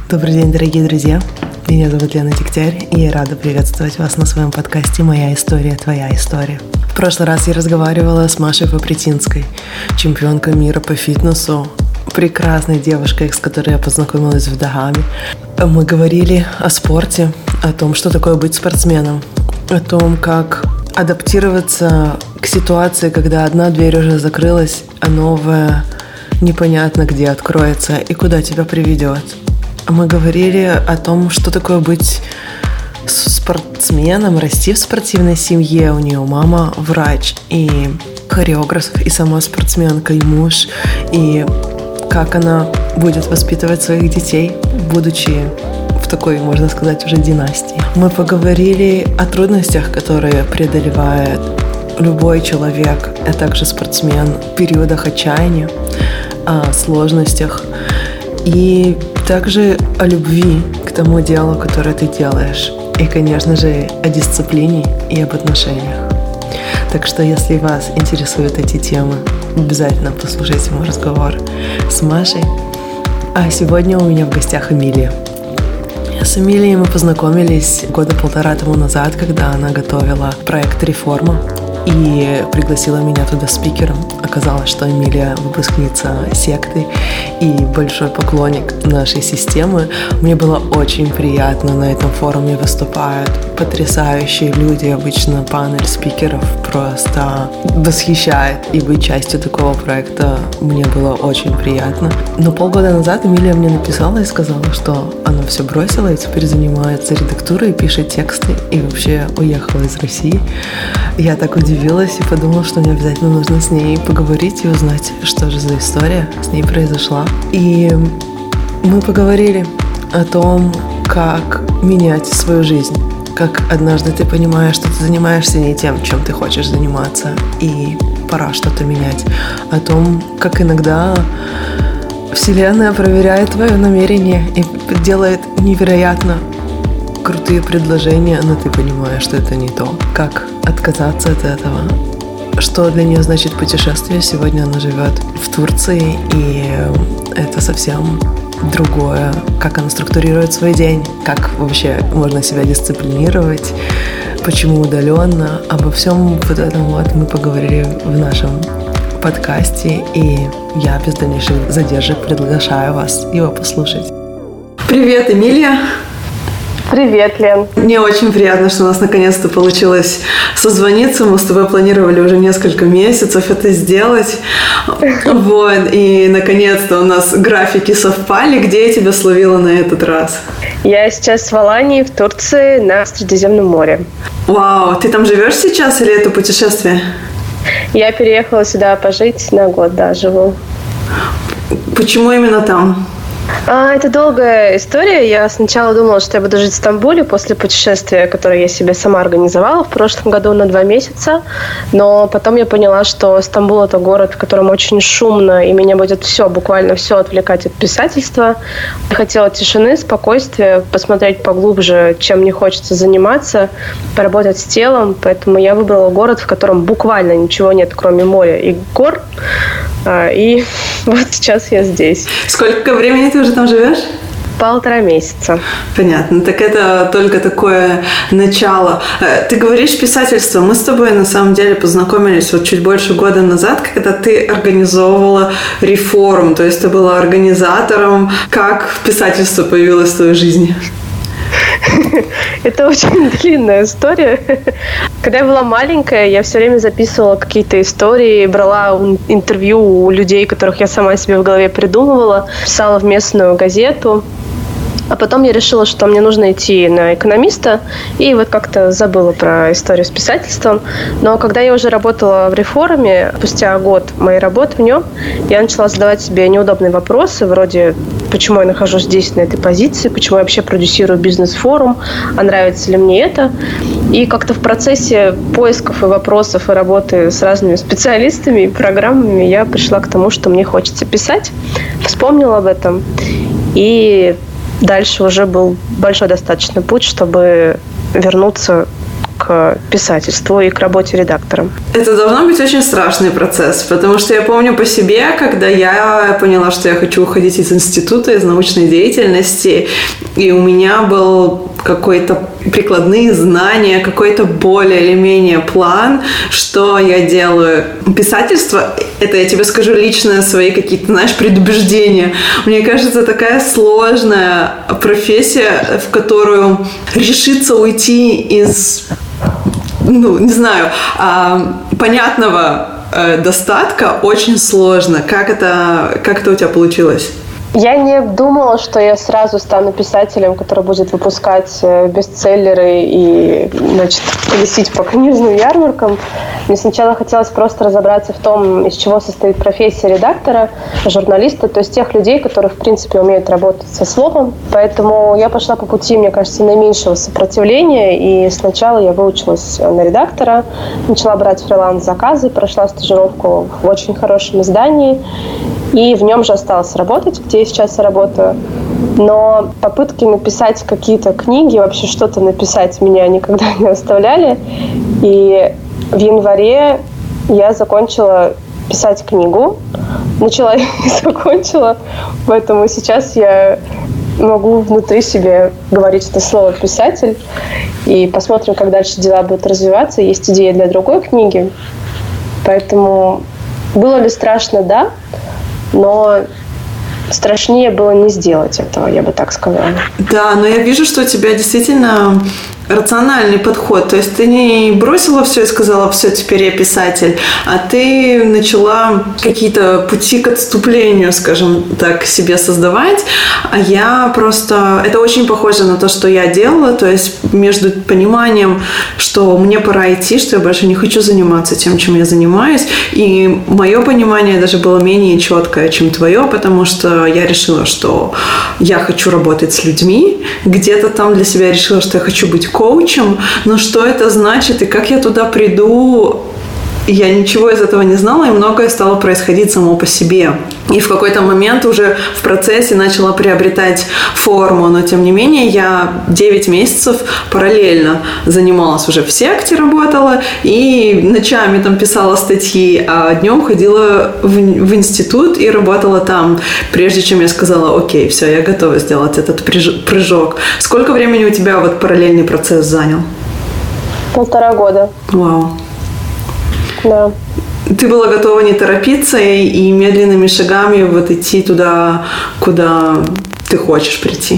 Добрый день, дорогие друзья. Меня зовут Лена Дегтярь, и я рада приветствовать вас на своем подкасте «Моя история, твоя история». В прошлый раз я разговаривала с Машей Фапритинской, чемпионкой мира по фитнесу, прекрасной девушкой, с которой я познакомилась в Дагаме. Мы говорили о спорте, о том, что такое быть спортсменом, о том, как адаптироваться к ситуации, когда одна дверь уже закрылась, а новая непонятно где откроется и куда тебя приведет. Мы говорили о том, что такое быть спортсменом, расти в спортивной семье. У нее мама врач и хореограф, и сама спортсменка, и муж, и как она будет воспитывать своих детей, будучи в такой, можно сказать, уже династии. Мы поговорили о трудностях, которые преодолевает любой человек, а также спортсмен в периодах отчаяния, о сложностях и также о любви к тому делу, которое ты делаешь. И, конечно же, о дисциплине и об отношениях. Так что, если вас интересуют эти темы, обязательно послушайте мой разговор с Машей. А сегодня у меня в гостях Эмилия. С Эмилией мы познакомились года 1.5 тому назад, когда она готовила проект «Реформа» и пригласила меня туда спикером. Оказалось, что Эмилия выпускница секты и большой поклонник нашей системы. Мне было очень приятно, на этом форуме выступают потрясающие люди. Обычно панель спикеров просто восхищает, и быть частью такого проекта мне было очень приятно. Но полгода назад Эмилия мне написала и сказала, что она все бросила и теперь занимается редактурой, пишет тексты и вообще уехала из России. Я так удивилась и подумала, что мне обязательно нужно с ней поговорить и узнать, что же за история с ней произошла. И мы поговорили о том, как менять свою жизнь, как однажды ты понимаешь, что ты занимаешься не тем, чем ты хочешь заниматься, и пора что-то менять, о том, как иногда Вселенная проверяет твое намерение и делает невероятно крутые предложения, но ты понимаешь, что это не то. Как отказаться от этого? Что для нее значит путешествие? Сегодня она живет в Турции, и это совсем другое. Как она структурирует свой день, как вообще можно себя дисциплинировать, почему удаленно. Обо всем вот этом вот мы поговорили в нашем подкасте, и я без дальнейших задержек приглашаю вас его послушать. Привет, Эмилия! Привет, Лен. Мне очень приятно, что у нас наконец-то получилось созвониться. Мы с тобой планировали уже несколько месяцев это сделать. Вот. И наконец-то у нас графики совпали. Где я тебя словила на этот раз? Я сейчас в Алании, в Турции, на Средиземном море. Вау, ты там живешь сейчас или это путешествие? Я переехала сюда пожить на год, да, живу. Почему именно там? Это долгая история. Я сначала думала, что я буду жить в Стамбуле после путешествия, которое я себе сама организовала в прошлом году на 2 месяца. Но потом я поняла, что Стамбул – это город, в котором очень шумно, и меня будет буквально все отвлекать от писательства. Я хотела тишины, спокойствия, посмотреть поглубже, чем мне хочется заниматься, поработать с телом. Поэтому я выбрала город, в котором буквально ничего нет, кроме моря и гор. И вот сейчас я здесь. Сколько времени ты уже там живешь? 1,5 месяца. Понятно. Так это только такое начало. Ты говоришь писательство. Мы с тобой на самом деле познакомились вот чуть больше года назад, когда ты организовывала «Реформ». То есть ты была организатором. Как писательство появилось в твоей жизни? Это очень длинная история. Когда я была маленькая, я все время записывала какие-то истории, брала интервью у людей, которых я сама себе в голове придумывала, писала в местную газету. А потом я решила, что мне нужно идти на экономиста, и вот как-то забыла про историю с писательством. Но когда я уже работала в «Реформе», спустя год моей работы в нем, я начала задавать себе неудобные вопросы, вроде почему я нахожусь здесь, на этой позиции, почему я вообще продюсирую бизнес-форум, а нравится ли мне это. И как-то в процессе поисков и вопросов и работы с разными специалистами и программами я пришла к тому, что мне хочется писать, вспомнила об этом, и дальше уже был большой достаточно путь, чтобы вернуться к писательству и к работе редактором? Это должно быть очень страшный процесс, потому что я помню по себе, когда я поняла, что я хочу уходить из института, из научной деятельности, и у меня был какой-то прикладные знания, какой-то более или менее план, что я делаю. Писательство — это, я тебе скажу, личные свои какие-то, знаешь, предубеждения. Мне кажется, такая сложная профессия, в которую решиться уйти из, не знаю, понятного достатка очень сложно. Как это у тебя получилось? Я не думала, что я сразу стану писателем, который будет выпускать бестселлеры и, колесить по книжным ярмаркам. Мне сначала хотелось просто разобраться в том, из чего состоит профессия редактора, журналиста, то есть тех людей, которые, в принципе, умеют работать со словом. Поэтому я пошла по пути, мне кажется, наименьшего сопротивления, и сначала я выучилась на редактора, начала брать фриланс-заказы, прошла стажировку в очень хорошем издании, и в нем же осталось работать, где я сейчас работаю. Но попытки написать какие-то книги, вообще что-то написать меня никогда не оставляли. И в январе я закончила писать книгу. Начала и закончила. Поэтому сейчас я могу внутри себе говорить это слово «писатель». И посмотрим, как дальше дела будут развиваться. Есть идея для другой книги. Поэтому было ли страшно? Да. Но страшнее было не сделать этого, я бы так сказала. Да, но я вижу, что у тебя действительно рациональный подход. То есть ты не бросила все и сказала: все, теперь я писатель, а ты начала какие-то пути к отступлению, скажем так, себе создавать. А я просто... Это очень похоже на то, что я делала. То есть между пониманием, что мне пора идти, что я больше не хочу заниматься тем, чем я занимаюсь, и мое понимание даже было менее четкое, чем твое, потому что я решила, что я хочу работать с людьми. Где-то там для себя решила, что я хочу быть коучем, но что это значит и как я туда приду, я ничего из этого не знала, и многое стало происходить само по себе. И в какой-то момент уже в процессе начала приобретать форму, но тем не менее я 9 месяцев параллельно занималась, уже в секте работала, и ночами там писала статьи, а днем ходила в институт и работала там, прежде чем я сказала: окей, все, я готова сделать этот прыжок. Сколько времени у тебя вот параллельный процесс занял? 1,5 года. Вау. Да. Ты была готова не торопиться и медленными шагами вот идти туда, куда ты хочешь прийти?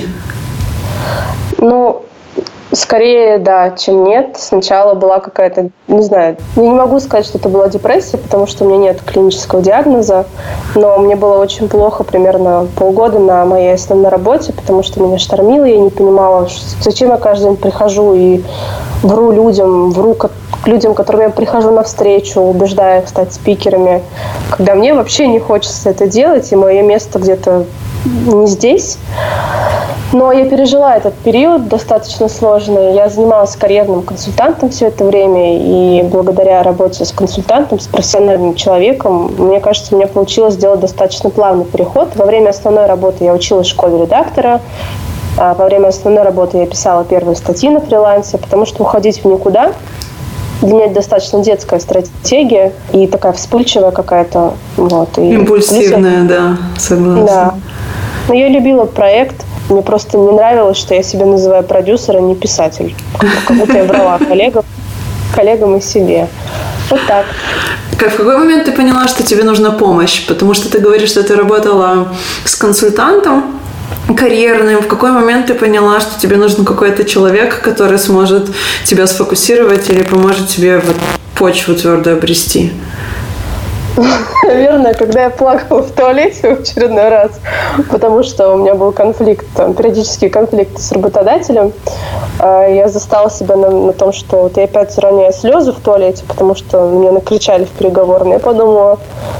Скорее да, чем нет. Сначала была какая-то, не знаю, я не могу сказать, что это была депрессия, потому что у меня нет клинического диагноза, но мне было очень плохо примерно полгода на моей основной работе, потому что меня штормило, я не понимала, зачем я каждый день прихожу и вру к людям, которым я прихожу навстречу, убеждая их стать спикерами, когда мне вообще не хочется это делать, и мое место где-то не здесь. Но я пережила этот период достаточно сложный. Я занималась карьерным консультантом все это время, и благодаря работе с консультантом, с профессиональным человеком, мне кажется, у меня получилось сделать достаточно плавный переход. Во время основной работы я училась в школе редактора, а во время основной работы я писала первые статьи на фрилансе, потому что уходить в никуда для меня это достаточно детская стратегия и такая вспыльчивая какая-то. Импульсивная, да, согласна. Да. Но я любила проект. Мне просто не нравилось, что я себя называю продюсер, а не писатель. Как будто я брала коллегам и себе. Вот так. В какой момент ты поняла, что тебе нужна помощь? Потому что ты говоришь, что ты работала с консультантом карьерным. В какой момент ты поняла, что тебе нужен какой-то человек, который сможет тебя сфокусировать или поможет тебе почву твердую обрести? Наверное, когда я плакала в туалете в очередной раз, потому что у меня был периодический конфликт с работодателем, я застала себя на том, что я опять роняю слезы в туалете, потому что меня накричали в переговорной. Я подумала: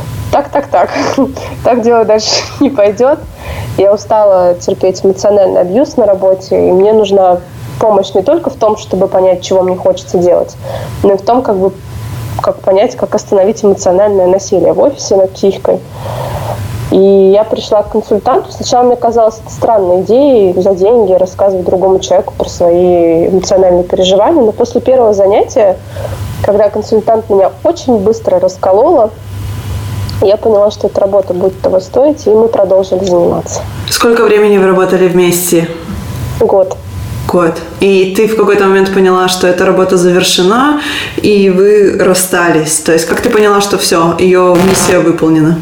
так дело дальше не пойдет. Я устала терпеть эмоциональный абьюз на работе, и мне нужна помощь не только в том, чтобы понять, чего мне хочется делать, но и в том, как понять, как остановить эмоциональное насилие в офисе над психикой. И я пришла к консультанту. Сначала мне казалось это странной идеей за деньги рассказывать другому человеку про свои эмоциональные переживания. Но после первого занятия, когда консультант меня очень быстро расколола, я поняла, что эта работа будет того стоить, и мы продолжили заниматься. Сколько времени вы работали вместе? Год. И ты в какой-то момент поняла, что эта работа завершена, и вы расстались. То есть как ты поняла, что все, ее миссия выполнена?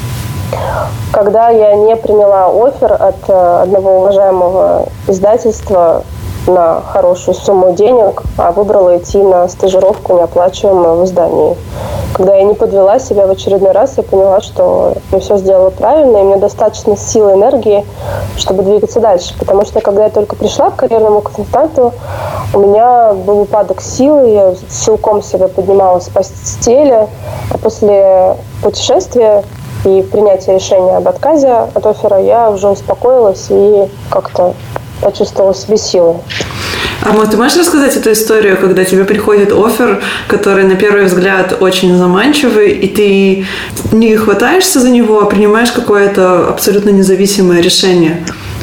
Когда я не приняла оффер от одного уважаемого издательства на хорошую сумму денег, а выбрала идти на стажировку, неоплачиваемую в издании. Когда я не подвела себя в очередной раз, я поняла, что я все сделала правильно, и мне достаточно силы и энергии, чтобы двигаться дальше. Потому что, когда я только пришла к карьерному консультанту, у меня был упадок силы, я силком себя поднималась с постели, а после путешествия и принятия решения об отказе от оффера я уже успокоилась и как-то почувствовала в себе силы. А ты можешь рассказать эту историю, когда тебе приходит оффер, который на первый взгляд очень заманчивый, и ты не хватаешься за него, а принимаешь какое-то абсолютно независимое решение?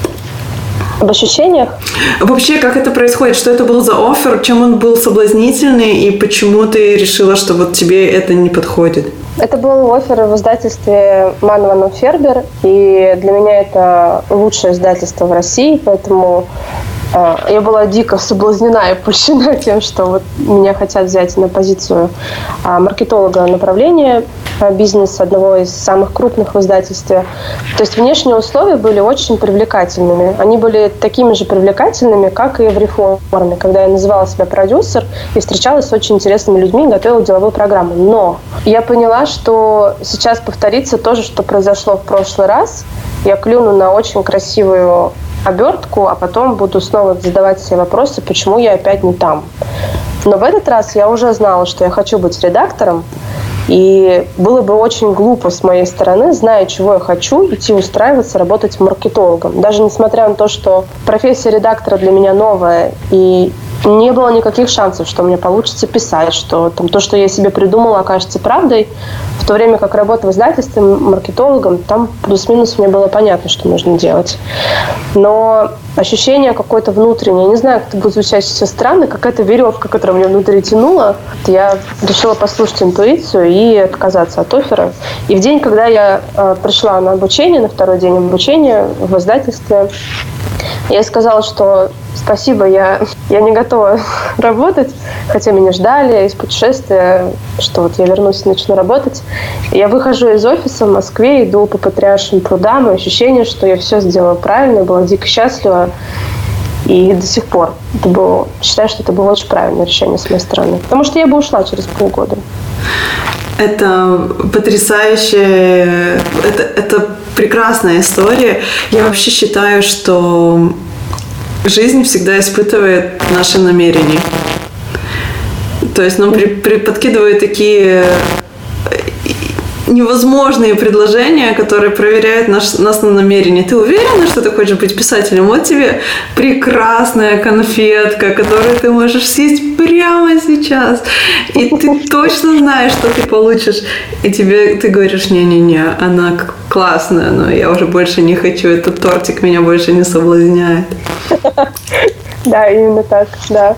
Об ощущениях? Вообще, как это происходит? Что это был за оффер? Чем он был соблазнительный? И почему ты решила, что вот тебе это не подходит? Это был оффер в издательстве Манн & Фербер, и для меня это лучшее издательство в России, поэтому я была дико соблазнена и польщена тем, что вот меня хотят взять на позицию маркетолога направления бизнеса одного из самых крупных в издательстве. То есть внешние условия были очень привлекательными. Они были такими же привлекательными, как и в реформе, когда я называла себя продюсер и встречалась с очень интересными людьми и готовила деловую программу. Но я поняла, что сейчас повторится то же, что произошло в прошлый раз. Я клюну на очень красивую обертку, а потом буду снова задавать себе вопросы, почему я опять не там. Но в этот раз я уже знала, что я хочу быть редактором, и было бы очень глупо с моей стороны, зная, чего я хочу, идти устраиваться, работать маркетологом. Даже несмотря на то, что профессия редактора для меня новая, и не было никаких шансов, что мне получится писать, что там, то, что я себе придумала, окажется правдой. В то время как работа в издательстве маркетологом, там плюс-минус мне было понятно, что нужно делать. Но ощущение какое-то внутреннее, я не знаю, как это будет звучать сейчас странно, какая-то веревка, которая меня внутри тянула. Я решила послушать интуицию и отказаться от оффера. И в день, когда я пришла на обучение, на второй день обучения в издательстве, я сказала, что спасибо, я не готова работать, хотя меня ждали из путешествия, что вот я вернусь и начну работать. Я выхожу из офиса в Москве, иду по Патриаршим прудам, и ощущение, что я все сделала правильно, была дико счастлива. И до сих пор считаю, что это было очень правильное решение с моей стороны. Потому что я бы ушла через полгода. Это потрясающе, это прекрасная история. Я вообще считаю, что жизнь всегда испытывает наши намерения. То есть нам подкидывают такие невозможные предложения, которые проверяют нас на намерение. Ты уверена, что ты хочешь быть писателем? Вот тебе прекрасная конфетка, которую ты можешь съесть прямо сейчас. И ты точно знаешь, что ты получишь. И ты говоришь, не-не-не, она классная, но я уже больше не хочу. Этот тортик меня больше не соблазняет. Да, именно так, да.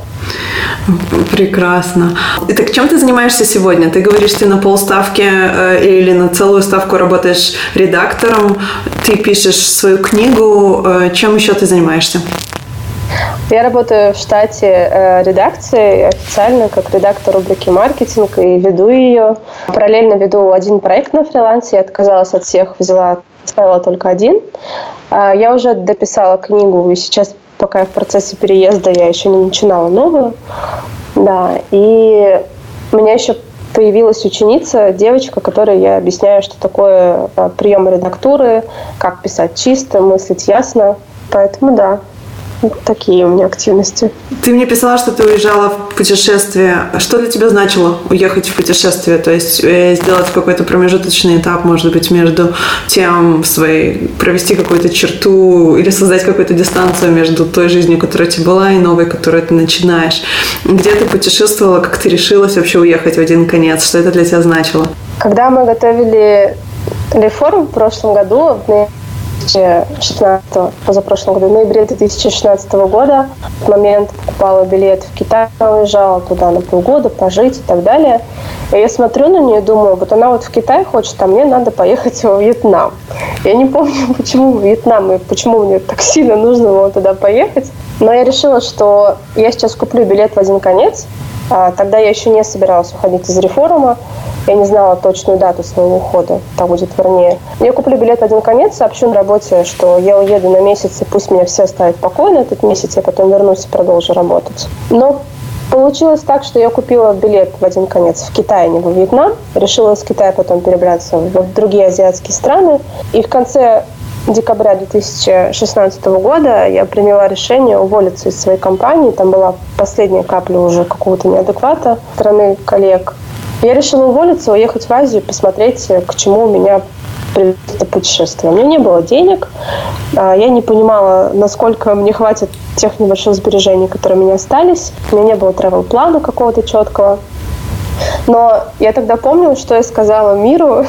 Прекрасно. Итак, чем ты занимаешься сегодня? Ты говоришь, ты на полставки или на целую ставку работаешь редактором, ты пишешь свою книгу. Чем еще ты занимаешься? Я работаю в штате редакции официально как редактор рубрики «Маркетинг» и веду ее. Параллельно веду один проект на фрилансе. Я отказалась от всех, оставила только один. Я уже дописала книгу, и сейчас, пока я в процессе переезда, я еще не начинала новую. Да, и у меня еще появилась ученица, девочка, которой я объясняю, что такое прием редактуры, как писать чисто, мыслить ясно. Поэтому да, такие у меня активности. Ты мне писала, что ты уезжала в путешествие. Что для тебя значило уехать в путешествие? То есть сделать какой-то промежуточный этап, может быть, между тем провести какую-то черту или создать какую-то дистанцию между той жизнью, которая у тебя была, и новой, которую ты начинаешь. Где ты путешествовала, как ты решилась вообще уехать в один конец? Что это для тебя значило? Когда мы готовили реформ в прошлом году, в позапрошлом году, в ноябре 2016 года, в момент покупала билет в Китай, уезжала туда на полгода пожить и так далее. И я смотрю на нее и думаю, вот она вот в Китай хочет, а мне надо поехать во Вьетнам. Я не помню, почему в Вьетнам и почему мне так сильно нужно было туда поехать. Но я решила, что я сейчас куплю билет в один конец. Тогда я еще не собиралась уходить из реформа. Я не знала точную дату своего ухода. Так будет вернее. Я куплю билет в один конец, сообщу на работе, что я уеду на месяц, и пусть меня все оставят в покое на этот месяц, я потом вернусь и продолжу работать. Но получилось так, что я купила билет в один конец в Китай, а не во Вьетнам. Решила из Китая потом перебраться в другие азиатские страны. И в конце декабря 2016 года я приняла решение уволиться из своей компании. Там была последняя капля уже какого-то неадеквата со стороны коллег. Я решила уволиться, уехать в Азию, посмотреть, к чему у меня приведет это путешествие. У меня не было денег, я не понимала, насколько мне хватит тех небольших сбережений, которые у меня остались. У меня не было тревел-плана какого-то четкого. Но я тогда помнила, что я сказала миру.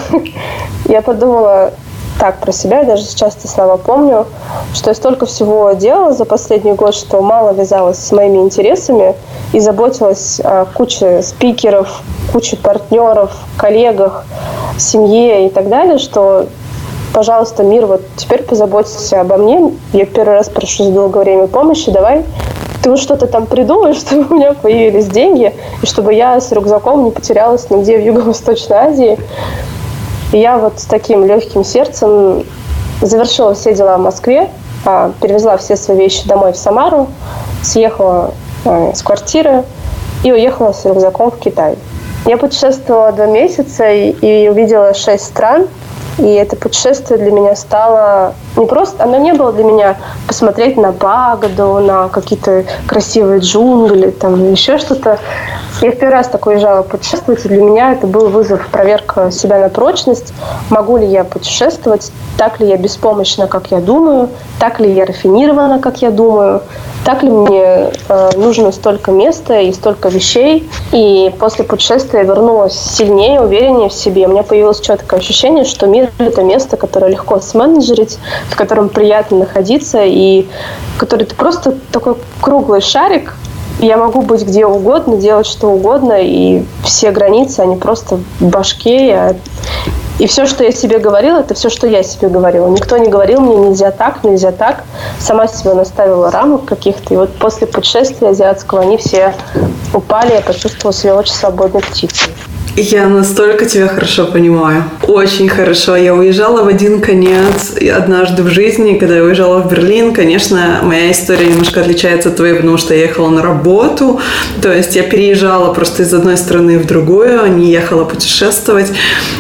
Я подумала так про себя, я даже сейчас эти слова помню, что я столько всего делала за последний год, что мало вязалась с моими интересами и заботилась о куче спикеров, куче партнеров, коллегах, семье и так далее, что, пожалуйста, мир, вот теперь позаботься обо мне. Я первый раз прошу за долгое время помощи, давай ты вот что-то там придумаешь, чтобы у меня появились деньги, и чтобы я с рюкзаком не потерялась нигде в Юго-Восточной Азии. И я вот с таким легким сердцем завершила все дела в Москве, перевезла все свои вещи домой в Самару, съехала с квартиры и уехала с рюкзаком в Китай. Я путешествовала 2 месяца и увидела 6 стран. И это путешествие для меня стало не просто... Оно не было для меня посмотреть на Багаду, на какие-то красивые джунгли, там, еще что-то. Я в первый раз так уезжала путешествовать, и для меня это был вызов, проверка себя на прочность. Могу ли я путешествовать? Так ли я беспомощна, как я думаю? Так ли я рафинирована, как я думаю? Так ли мне нужно столько места и столько вещей? И после путешествия я вернулась сильнее, увереннее в себе. У меня появилось четкое ощущение, что мир — это место, которое легко сменеджерить, в котором приятно находиться, и в котором ты просто такой круглый шарик. Я могу быть где угодно, делать что угодно, и все границы, они просто в башке. И все, что я себе говорила, это все, что я себе говорила. Никто не говорил мне нельзя так, нельзя так. Сама себе наставила рамок каких-то. И вот после путешествия азиатского они все упали, я почувствовала себя очень свободной птицей. Я настолько тебя хорошо понимаю. Очень хорошо. Я уезжала в один конец однажды в жизни, когда я уезжала в Берлин. Конечно, моя история немножко отличается от твоей, потому что я ехала на работу. То есть я переезжала просто из одной страны в другую, а не ехала путешествовать.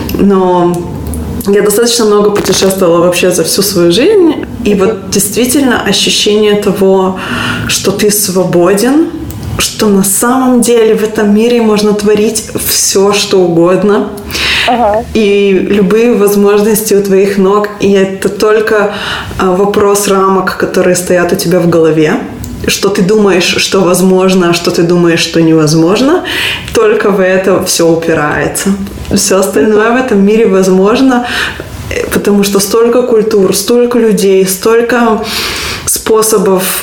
Но я достаточно много путешествовала вообще за всю свою жизнь. И вот действительно ощущение того, что ты свободен, что на самом деле в этом мире можно творить все, что угодно. Ага. И любые возможности у твоих ног. И это только вопрос рамок, которые стоят у тебя в голове. Что ты думаешь, что возможно, а что ты думаешь, что невозможно. Только в это все упирается. Все остальное в этом мире возможно, потому что столько культур, столько людей, столько способов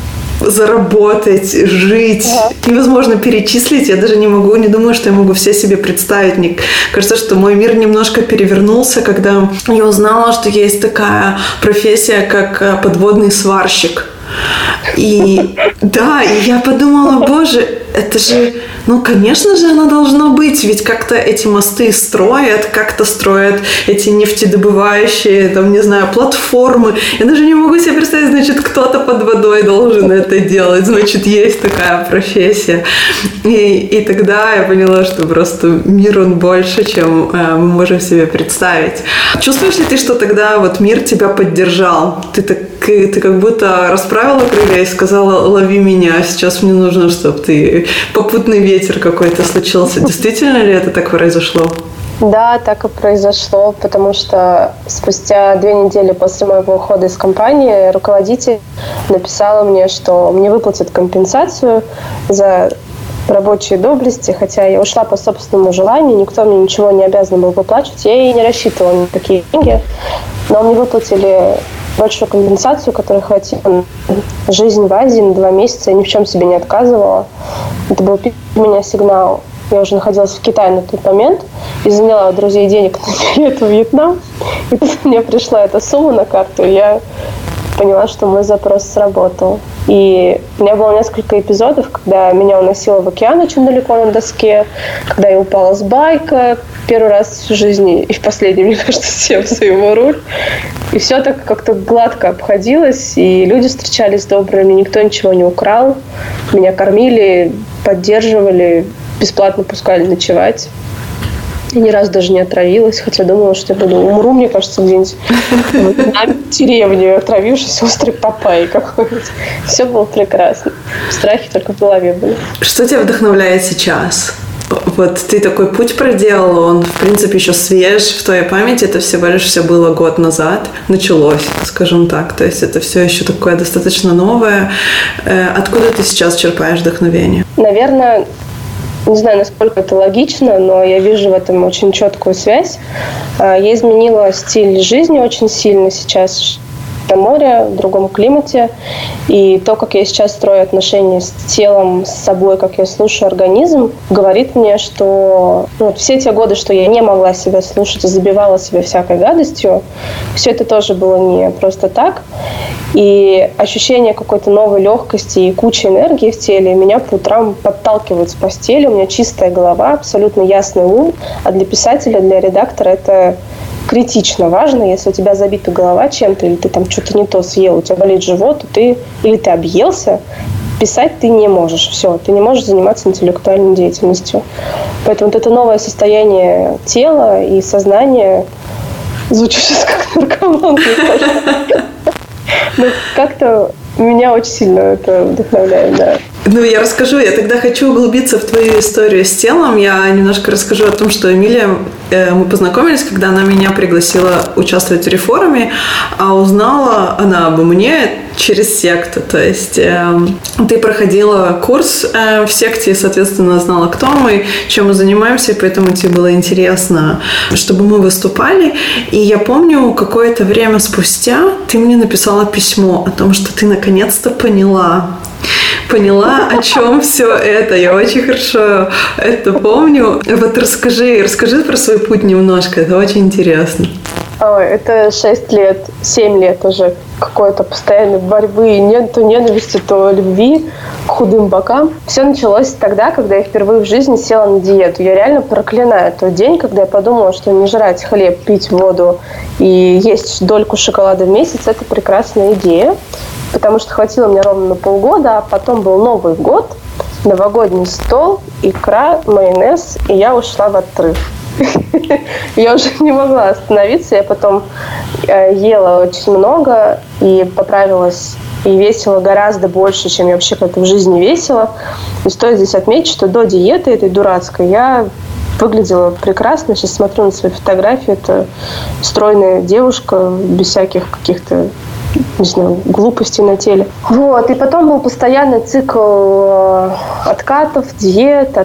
заработать, жить. Невозможно перечислить. Я даже не думаю, что я могу все себе представить. Мне кажется, что мой мир немножко перевернулся, когда я узнала, что есть такая профессия, как подводный сварщик. И да, и я подумала, боже, это же, конечно же, оно должно быть, ведь как-то эти мосты строят, как-то строят эти нефтедобывающие, платформы. Я даже не могу себе представить, значит, кто-то под водой должен это делать, значит, есть такая профессия. И тогда я поняла, что просто мир, он больше, чем мы можем себе представить. Чувствуешь ли ты, что тогда вот мир тебя поддержал? Ты как будто расправила крылья и сказала: лови меня, сейчас мне нужно, чтобы ты попутный ветер какой-то случился. Действительно ли это так произошло? Да, так и произошло, потому что спустя 2 недели после моего ухода из компании руководитель написала мне, что мне выплатят компенсацию за рабочие доблести, хотя я ушла по собственному желанию, никто мне ничего не обязан был выплачивать, я и не рассчитывала на такие деньги, но мне выплатили большую компенсацию, которая хватила на жизнь в Азии на 2 месяца, я ни в чем себе не отказывала. Это был для меня сигнал. Я уже находилась в Китае на тот момент и заняла у друзей денег на билет в Вьетнам. И тут мне пришла эта сумма на карту, и я поняла, что мой запрос сработал. И у меня было несколько эпизодов, когда меня уносило в океан очень далеко на доске, когда я упала с байка первый раз в жизни и в последний, мне кажется, сев за его руль. И все так как-то гладко обходилось, и люди встречались добрыми, никто ничего не украл. Меня кормили, поддерживали, бесплатно пускали ночевать. Я ни разу даже не отравилась, хотя думала, что я умру, мне кажется, где-нибудь на деревне, отравившись острой папайей какой-нибудь. Все было прекрасно. Страхи только в голове были. Что тебя вдохновляет сейчас? Вот ты такой путь проделал, он, в принципе, еще свеж в твоей памяти, это всего лишь все было год назад, началось, скажем так, то есть это все еще такое достаточно новое. Откуда ты сейчас черпаешь вдохновение? Наверное, не знаю, насколько это логично, но я вижу в этом очень четкую связь. Я изменила стиль жизни очень сильно сейчас. На море, в другом климате. И то, как я сейчас строю отношения с телом, с собой, как я слушаю организм, говорит мне, что все те годы, что я не могла себя слушать и забивала себя всякой гадостью, все это тоже было не просто так. И ощущение какой-то новой легкости и кучи энергии в теле меня по утрам подталкивают с постели. У меня чистая голова, абсолютно ясный ум. А для писателя, для редактора это критично важно. Если у тебя забита голова чем-то, или ты там что-то не то съел, у тебя болит живот, то или ты объелся, писать ты не можешь. Все, ты не можешь заниматься интеллектуальной деятельностью. Поэтому вот это новое состояние тела и сознания, звучит сейчас как наркоман, но как-то меня очень сильно это вдохновляет, да. Я расскажу. Я тогда хочу углубиться в твою историю с телом. Я немножко расскажу о том, что Эмилия, мы познакомились, когда она меня пригласила участвовать в реформе, а узнала она обо мне через секту. То есть ты проходила курс в секте и, соответственно, знала, кто мы, чем мы занимаемся, и поэтому тебе было интересно, чтобы мы выступали. И я помню, какое-то время спустя ты мне написала письмо о том, что ты наконец-то поняла, о чем все это. Я очень хорошо это помню. Вот расскажи про свой путь немножко. Это очень интересно. Ой, это 6 лет, 7 лет уже какой-то постоянной борьбы. Нет то ненависти, то любви к худым бокам. Все началось тогда, когда я впервые в жизни села на диету. Я реально проклинаю тот день, когда я подумала, что не жрать хлеб, пить воду и есть дольку шоколада в месяц – это прекрасная идея. Потому что хватило мне ровно на полгода, а потом был Новый год, новогодний стол, икра, майонез, и я ушла в отрыв. Я уже не могла остановиться, я потом ела очень много и поправилась, и весила гораздо больше, чем я вообще как-то в жизни весила. И стоит здесь отметить, что до диеты этой дурацкой я выглядела прекрасно. Сейчас смотрю на свои фотографии, это стройная девушка без всяких каких-то, не знаю, глупостей на теле. Вот. И потом был постоянный цикл откатов, диет,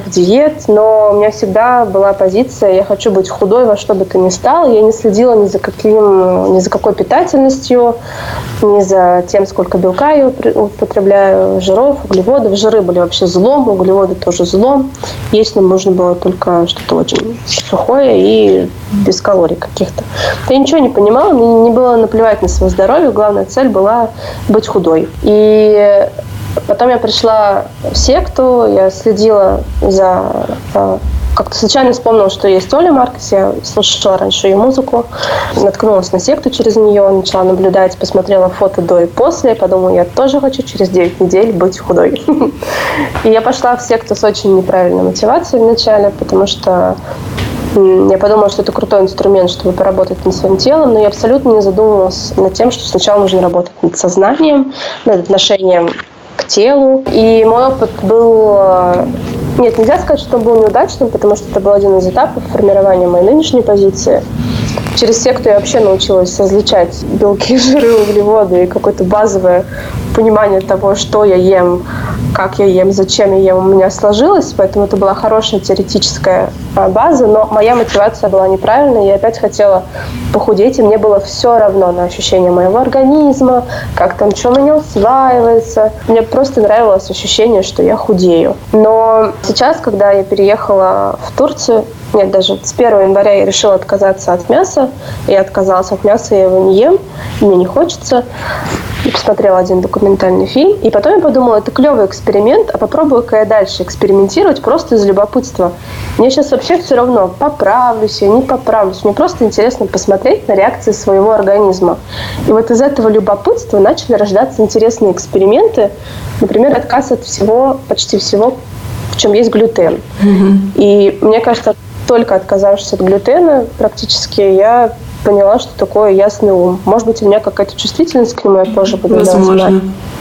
но у меня всегда была позиция: я хочу быть худой во что бы то ни стало. Я не следила ни за какой питательностью, ни за тем, сколько белка я употребляю, жиров, углеводов. Жиры были вообще злом, углеводы тоже злом. Есть нам нужно было только что-то очень сухое и без калорий каких-то. Я ничего не понимала, мне не было наплевать на свое здоровье. Главная цель была быть худой. И потом я пришла в секту, я следила за... Как-то случайно вспомнила, что есть Оля Маркс, я слушала раньше ее музыку, наткнулась на секту через нее, начала наблюдать, посмотрела фото до и после, подумала, я тоже хочу через 9 недель быть худой. И я пошла в секту с очень неправильной мотивацией вначале, потому что я подумала, что это крутой инструмент, чтобы поработать над своим телом, но я абсолютно не задумывалась над тем, что сначала нужно работать над сознанием, над отношением к телу. И мой опыт был... Нет, нельзя сказать, что он был неудачным, потому что это был один из этапов формирования моей нынешней позиции. Через секту я вообще научилась различать белки, жиры, углеводы и какое-то базовое понимание того, что я ем, как я ем, зачем я ем, у меня сложилось, поэтому это была хорошая теоретическая база, но моя мотивация была неправильной, я опять хотела похудеть, и мне было все равно на ощущение моего организма, как там, что у меня усваивается. Мне просто нравилось ощущение, что я худею. Но сейчас, когда я переехала в Турцию, нет, даже с 1 января я решила отказаться от мяса. Я отказалась от мяса, я его не ем, мне не хочется. Я посмотрела один документальный фильм, и потом я подумала, это клевый эксперимент, а попробую-ка я дальше экспериментировать просто из любопытства. Мне сейчас вообще все равно, поправлюсь я, не поправлюсь. Мне просто интересно посмотреть на реакции своего организма. И вот из этого любопытства начали рождаться интересные эксперименты. Например, отказ от всего, почти всего, в чем есть глютен. И мне кажется, только отказавшись от глютена, практически я поняла, что такое ясный ум. Может быть, у меня какая-то чувствительность к нему, я позже буду Возможно.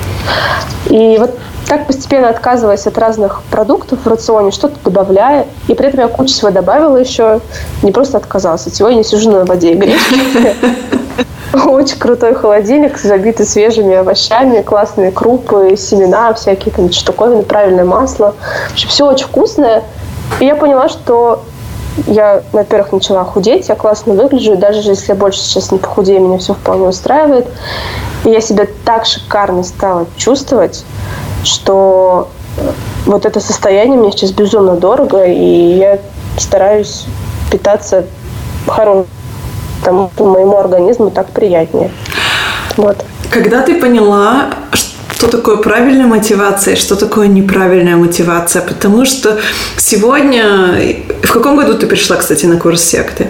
И вот так постепенно отказываясь от разных продуктов в рационе, что-то добавляя, и при этом я кучу всего добавила еще, не просто отказалась от всего, я не сижу на воде и гречке. Очень крутой холодильник, забитый свежими овощами, классные крупы, семена, всякие там штуковины, правильное масло. В общем, все очень вкусное. И я поняла, что я, во-первых, начала худеть, я классно выгляжу, и даже если я больше сейчас не похудею, меня все вполне устраивает. И я себя так шикарно стала чувствовать, что вот это состояние мне сейчас безумно дорого, и я стараюсь питаться хорошим, потому что моему организму так приятнее. Вот. Когда ты поняла, что такое правильная мотивация и что такое неправильная мотивация? Потому что сегодня... В каком году ты пришла, кстати, на курс секты?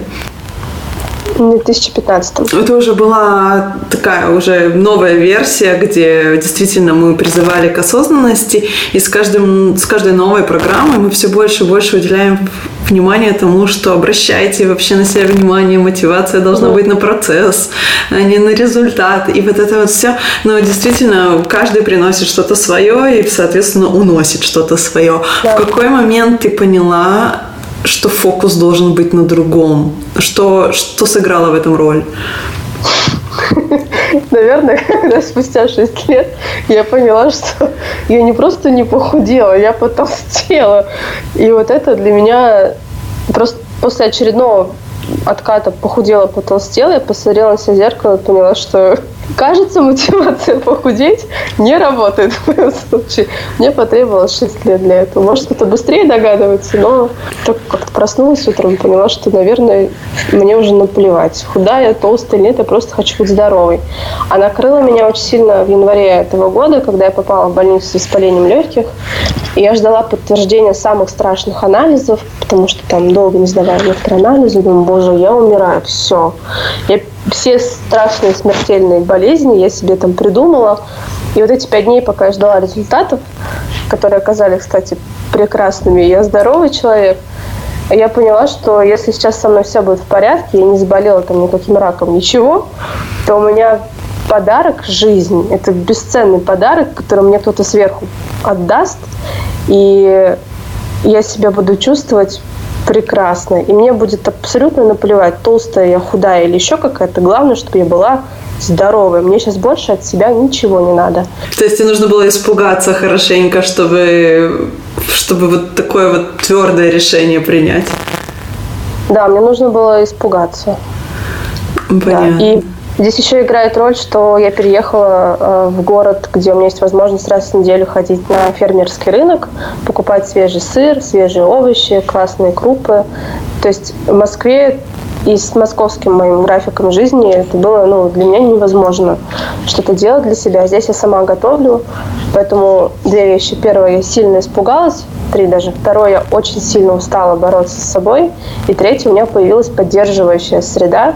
В 2015. Это уже была такая уже новая версия, где действительно мы призывали к осознанности, и с каждой новой программой мы все больше и больше уделяем внимание тому, что обращайте вообще на себя внимание, мотивация должна быть на процесс, а не на результат. И вот это вот все, но действительно каждый приносит что-то свое и, соответственно, уносит что-то свое. Да. В какой момент ты поняла, что фокус должен быть на другом? Что сыграло в этом роль? Наверное, когда спустя 6 лет я поняла, что я не просто не похудела, я потолстела. И вот это для меня просто после очередного отката похудела, потолстела, я посмотрела на себя в зеркало и поняла, что, кажется, мотивация похудеть не работает в моем случае. Мне потребовалось 6 лет для этого. Может, кто-то быстрее догадывается, но только как-то проснулась утром и поняла, что, наверное, мне уже наплевать. Худая, толстая, нет, я просто хочу быть здоровой. А накрыло меня очень сильно в январе этого года, когда я попала в больницу с воспалением легких. И я ждала подтверждения самых страшных анализов, потому что там долго не сдавали некоторые анализы. Думаю, боже, я умираю, все. Все страшные смертельные болезни я себе там придумала. И вот эти 5 дней, пока я ждала результатов, которые оказались, кстати, прекрасными, я здоровый человек, я поняла, что если сейчас со мной все будет в порядке, я не заболела там никаким раком, ничего, то у меня подарок – жизнь. Это бесценный подарок, который мне кто-то сверху отдаст, и я себя буду чувствовать прекрасно. И мне будет абсолютно наплевать, толстая я, худая или еще какая-то. Главное, чтобы я была здоровой. Мне сейчас больше от себя ничего не надо. То есть тебе нужно было испугаться хорошенько, чтобы вот такое вот твердое решение принять? Да, мне нужно было испугаться. Понятно. Да. И здесь еще играет роль, что я переехала в город, где у меня есть возможность раз в неделю ходить на фермерский рынок, покупать свежий сыр, свежие овощи, классные крупы. То есть в Москве и с московским моим графиком жизни это было для меня невозможно что-то делать для себя. Здесь я сама готовлю, поэтому 2 вещи. Первое, я сильно испугалась. 3 даже. Второе, я очень сильно устала бороться с собой. И третье, у меня появилась поддерживающая среда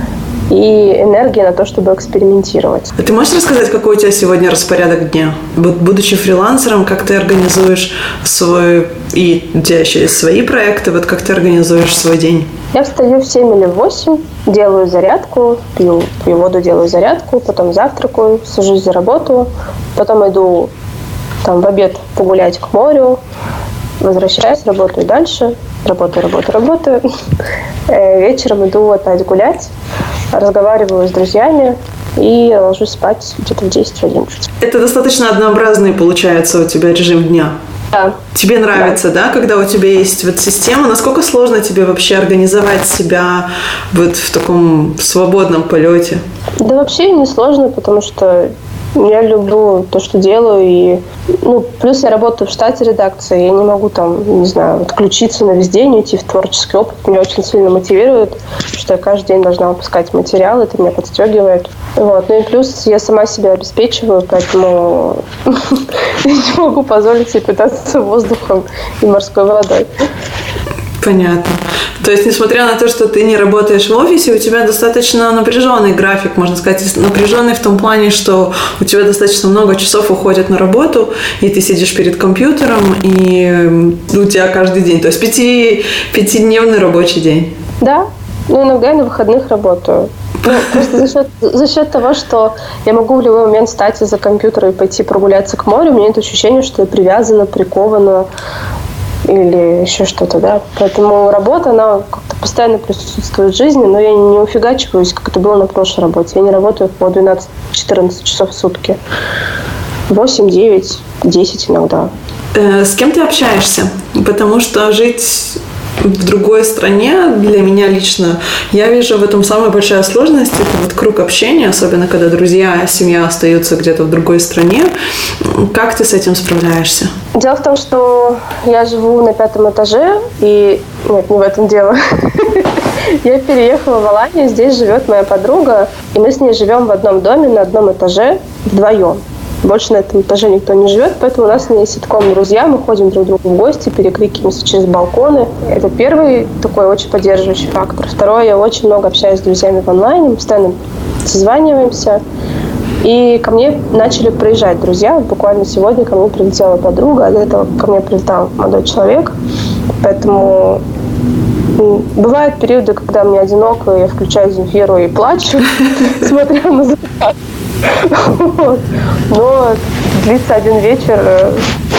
и энергия на то, чтобы экспериментировать. А ты можешь рассказать, какой у тебя сегодня распорядок дня? Вот, будучи фрилансером, как ты организуешь свой... И у тебя еще есть свои проекты, вот как ты организуешь свой день? Я встаю в 7 или в 8, делаю зарядку, пью воду, делаю зарядку, потом завтракаю, сажусь за работу, потом иду в обед погулять к морю, возвращаюсь, работаю дальше. работаю. Вечером иду опять гулять, разговариваю с друзьями и ложусь спать где-то в 10-11. Это достаточно однообразный, получается, у тебя режим дня. Да. Тебе нравится, да, когда у тебя есть вот система? Насколько сложно тебе вообще организовать себя вот в таком свободном полете? Да вообще не сложно, потому что я люблю то, что делаю, и плюс я работаю в штате редакции, я не могу там, не знаю, отключиться на весь день, уйти в творческий опыт. Меня очень сильно мотивирует, что я каждый день должна выпускать материал, это меня подстегивает. Вот. Ну и плюс я сама себя обеспечиваю, поэтому я не могу позволить себе питаться воздухом и морской водой. Понятно. То есть, несмотря на то, что ты не работаешь в офисе, у тебя достаточно напряженный график, можно сказать, напряженный в том плане, что у тебя достаточно много часов уходит на работу, и ты сидишь перед компьютером, и у тебя каждый день, то есть пятидневный рабочий день. Да, иногда я на выходных работаю. Просто за счет того, что я могу в любой момент встать из-за компьютера и пойти прогуляться к морю, у меня нет ощущения, что я привязана, прикована или еще что-то, да. Поэтому работа, она как-то постоянно присутствует в жизни, но я не уфигачиваюсь, как это было на прошлой работе. Я не работаю по 12-14 часов в сутки. 8, 9, 10 иногда. С кем ты общаешься? Потому что жить в другой стране для меня лично, я вижу в этом самая большая сложность. Это вот круг общения, особенно когда друзья, семья остаются где-то в другой стране. Как ты с этим справляешься? Дело в том, что я живу на 5 этаже, и... Нет, не в этом дело. Я переехала в Аланию, здесь живет моя подруга, и мы с ней живем в одном доме, на одном этаже, вдвоем. Больше на этом этаже никто не живет, поэтому у нас с ней ситком «Друзья», мы ходим друг к другу в гости, перекрикиваемся через балконы. Это первый такой очень поддерживающий фактор. Второе, я очень много общаюсь с друзьями в онлайне, постоянно созваниваемся. И ко мне начали приезжать друзья. Буквально сегодня ко мне прилетела подруга, а до этого ко мне прилетал молодой человек. Поэтому бывают периоды, когда мне одиноко, я включаю Земфиру и плачу, смотря на закат. Но длится один вечер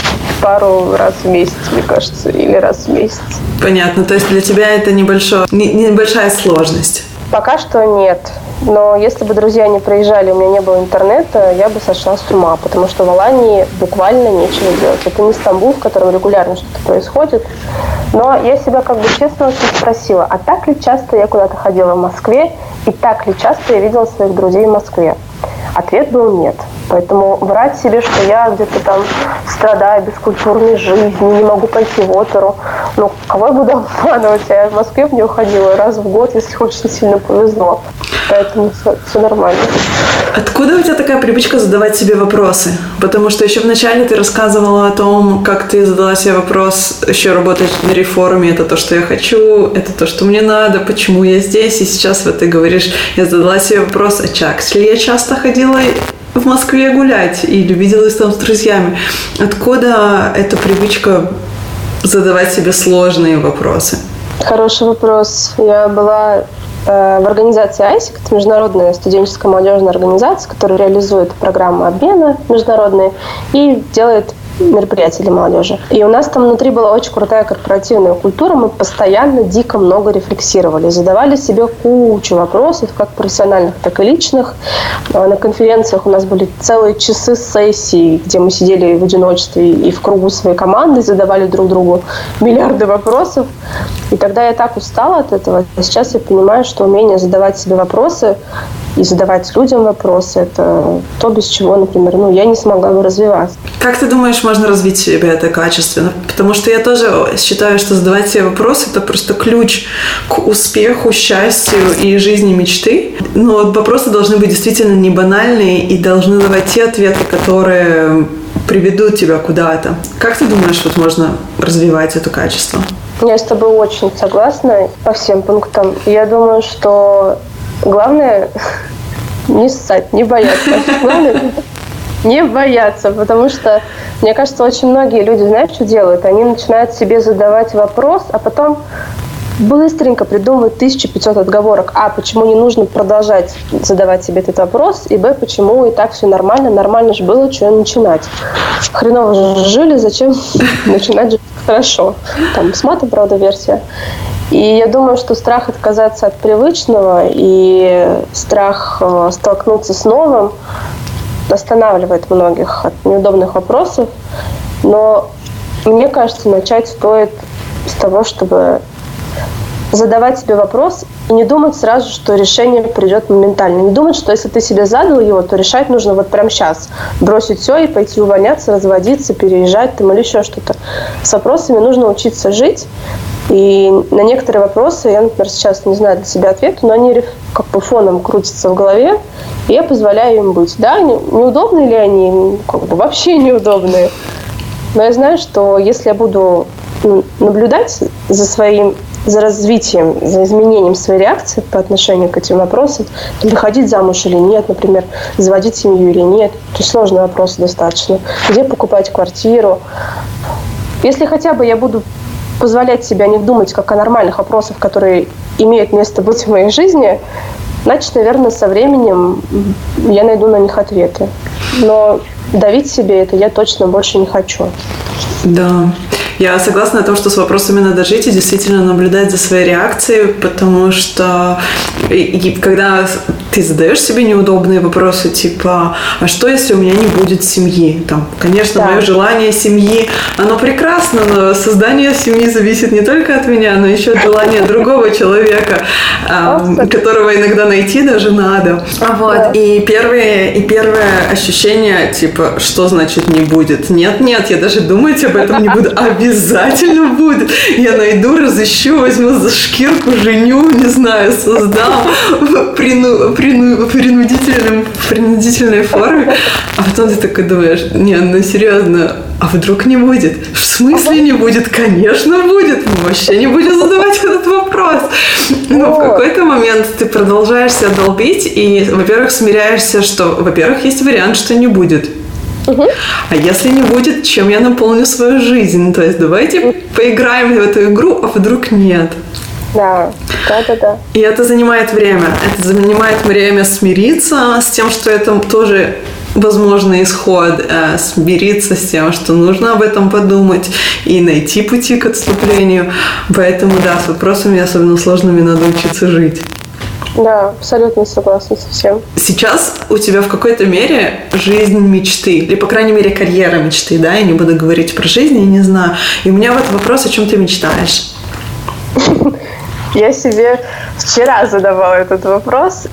пару раз в месяц, мне кажется, или раз в месяц. Понятно, то есть для тебя это небольшая сложность? Пока что нет. Но если бы друзья не приезжали, у меня не было интернета, я бы сошла с ума, потому что в Алании буквально нечего делать. Это не Стамбул, в котором регулярно что-то происходит. Но я себя как бы честно очень спросила, а так ли часто я куда-то ходила в Москве, и так ли часто я видела своих друзей в Москве? Ответ был нет. Поэтому врать себе, что я где-то там страдаю бескультурной жизнью, не могу пойти в оперу. Кого я буду обманывать? Я в Москве в нее ходила раз в год, если очень сильно повезло. Поэтому все нормально. Откуда у тебя такая привычка задавать себе вопросы? Потому что еще вначале ты рассказывала о том, как ты задала себе вопрос еще работать на реформе. Это то, что я хочу, это то, что мне надо, почему я здесь. И сейчас вот ты говоришь, я задала себе вопрос, а чакс ли я часто ходила в Москве гулять или виделась там с друзьями? Откуда эта привычка задавать себе сложные вопросы? Хороший вопрос. Я была в организации ISEC, это международная студенческая молодежная организация, которая реализует программы обмена международные и делает мероприятия для молодежи. И у нас там внутри была очень крутая корпоративная культура, мы постоянно дико много рефлексировали, задавали себе кучу вопросов, как профессиональных, так и личных. На конференциях у нас были целые часы сессий, где мы сидели в одиночестве и в кругу своей команды, задавали друг другу миллиарды вопросов. И тогда я так устала от этого. А сейчас я понимаю, что умение задавать себе вопросы и задавать людям вопросы – это то, без чего, например, я не смогла бы развиваться. Как ты думаешь, можно развить в себе это качественно? Потому что я тоже считаю, что задавать себе вопросы – это просто ключ к успеху, счастью и жизни мечты. Но вопросы должны быть действительно не банальные и должны давать те ответы, которые приведут тебя куда-то. Как ты думаешь, вот можно развивать это качество? Я с тобой очень согласна по всем пунктам. Я думаю, что главное не ссать, не бояться. Главное не бояться, потому что, мне кажется, очень многие люди, знаешь, что делают? Они начинают себе задавать вопрос, а потом быстренько придумывают 1500 отговорок. А, почему не нужно продолжать задавать себе этот вопрос, и б, почему и так все нормально же было, что начинать. Хреново же жили, зачем начинать жить хорошо. Там с матом, правда, версия. И я думаю, что страх отказаться от привычного и страх столкнуться с новым останавливает многих от неудобных вопросов. Но мне кажется, начать стоит с того, чтобы задавать себе вопрос и не думать сразу, что решение придет моментально. Не думать, что если ты себе задал его, то решать нужно вот прямо сейчас. Бросить все и пойти увольняться, разводиться, переезжать там, или еще что-то. С вопросами нужно учиться жить. И на некоторые вопросы я, например, сейчас не знаю для себя ответа, но они как бы фоном крутятся в голове, и я позволяю им быть. Да, неудобные ли они? Как бы вообще неудобные. Но я знаю, что если я буду наблюдать за развитием, за изменением своей реакции по отношению к этим вопросам, выходить замуж или нет, например, заводить семью или нет, то есть сложные вопросы достаточно. Где покупать квартиру? Если хотя бы я буду позволять себе о них думать как о нормальных вопросах, которые имеют место быть в моей жизни, значит, наверное, со временем я найду на них ответы. Но давить себе это я точно больше не хочу. Да. Я согласна о том, что с вопросами надо жить и действительно наблюдать за своей реакцией, потому что когда ты задаешь себе неудобные вопросы, типа, а что, если у меня не будет семьи? Там, конечно, да. Мое желание семьи, оно прекрасно, но создание семьи зависит не только от меня, но еще от желания другого человека, которого иногда найти даже надо. Вот. И первое ощущение, типа, что значит не будет? Нет, я даже думать об этом не буду. Обязательно будет. Я найду, разыщу, возьму за шкирку, женю, не знаю, создам в принудительной форме. А потом ты такой думаешь, ну серьезно, а вдруг не будет? В смысле не будет? Конечно будет. Мы вообще не будем задавать этот вопрос. Но в какой-то момент ты продолжаешь себя долбить и, во-первых, смиряешься, что, во-первых, есть вариант, что не будет. А если не будет, чем я наполню свою жизнь? То есть давайте поиграем в эту игру, а вдруг нет. Да. И это занимает время. Это занимает время смириться с тем, что это тоже возможный исход, смириться с тем, что нужно об этом подумать и найти пути к отступлению. Поэтому, да, с вопросами, особенно сложными, надо учиться жить. Да, абсолютно согласна со всем. Сейчас у тебя в какой-то мере жизнь мечты, или, по крайней мере, карьера мечты, да? Я не буду говорить про жизнь, я не знаю. И у меня вот вопрос, о чем ты мечтаешь? Я себе вчера задавала этот вопрос,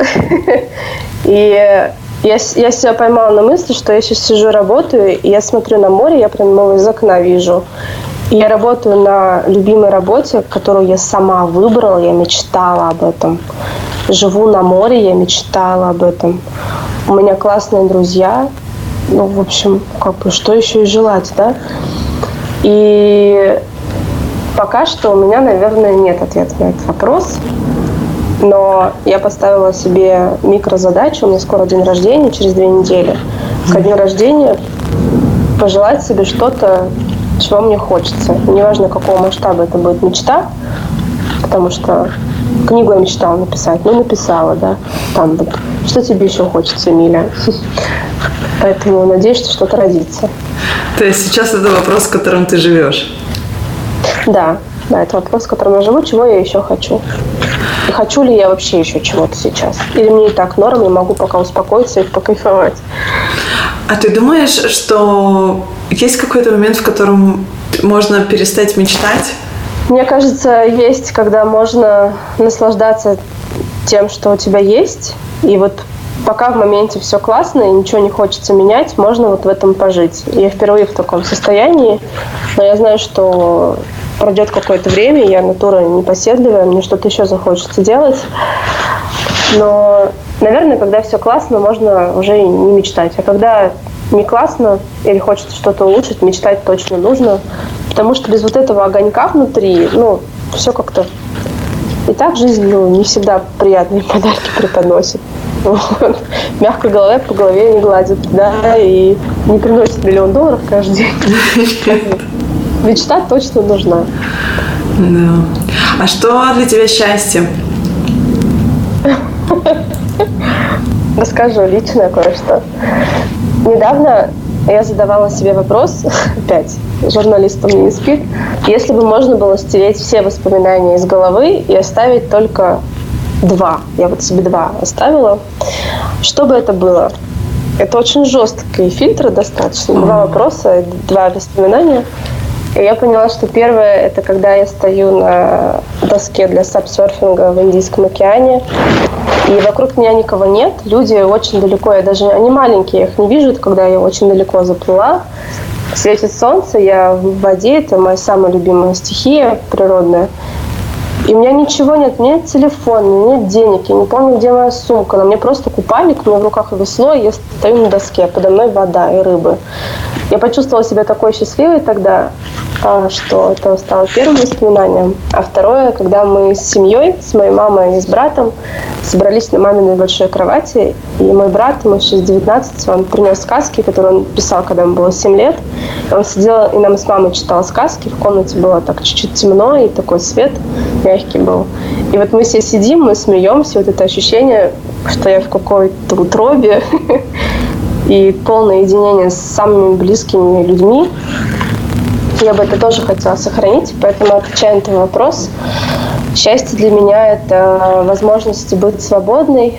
и я себя поймала на мысли, что я сейчас сижу, работаю, и я смотрю на море, я прям его из окна вижу. И я работаю на любимой работе, которую я сама выбрала, я мечтала об этом. Живу на море, я мечтала об этом. У меня классные друзья. Ну, в общем, как бы, что еще и желать, да? И пока что у меня, наверное, нет ответа на этот вопрос. Но я поставила себе микрозадачу. У меня скоро день рождения, через 2 недели. Ко дню рождения пожелать себе что-то, чего мне хочется. Неважно, какого масштаба это будет мечта, потому что книгу я мечтала написать, написала, да. Там вот, что тебе еще хочется, Миля? Поэтому надеюсь, что что-то родится. То есть сейчас это вопрос, с которым ты живешь? Да, это вопрос, с которым я живу, чего я еще хочу. И хочу ли я вообще еще чего-то сейчас? Или мне и так норм, я могу пока успокоиться и покайфовать. А ты думаешь, что есть какой-то момент, в котором можно перестать мечтать? Мне кажется, есть, когда можно наслаждаться тем, что у тебя есть. И вот пока в моменте все классно и ничего не хочется менять, можно вот в этом пожить. Я впервые в таком состоянии, но я знаю, что пройдет какое-то время, я натура непоседливая, мне что-то еще захочется делать. Но, наверное, когда все классно, можно уже и не мечтать. А когда не классно или хочется что-то улучшить, мечтать точно нужно. Потому что без вот этого огонька внутри, все как-то... И так жизнь, не всегда приятные подарки преподносит. Вот. Мягкой головой по голове не гладит, да, и не приносит $1 000 000 каждый день. Мечта точно нужна. Да. А что для тебя счастье? Расскажу личное кое-что. Недавно я задавала себе вопрос, опять, журналистам не спит, Если бы можно было стереть все воспоминания из головы и оставить только 2, я вот себе 2 оставила, что бы это было? Это очень жесткие фильтры достаточно. 2 вопроса, 2 воспоминания. И я поняла, что первое – это когда я стою на доске для сапсерфинга в Индийском океане, и вокруг меня никого нет, люди очень далеко, они маленькие, я их не вижу, когда я очень далеко заплыла. Светит солнце, я в воде, это моя самая любимая стихия природная. И у меня ничего нет, у меня нет телефона, у меня нет денег, я не помню, где моя сумка. На мне просто купальник, у меня в руках весло, и я стою на доске, подо мной вода и рыбы. Я почувствовала себя такой счастливой тогда, что это стало первым воспоминанием. А второе, когда мы с семьей, с моей мамой и с братом собрались на маминой большой кровати, и мой брат, ему сейчас 19, он принес сказки, которые он писал, когда ему было 7 лет. Он сидел и нам с мамой читал сказки, в комнате было так чуть-чуть темно, и такой свет мягкий был. И вот мы все сидим, мы смеемся, вот это ощущение, что я в какой-то утробе, и полное единение с самыми близкими людьми. Я бы это тоже хотела сохранить, поэтому, отвечая на твой вопрос, счастье для меня – это возможность быть свободной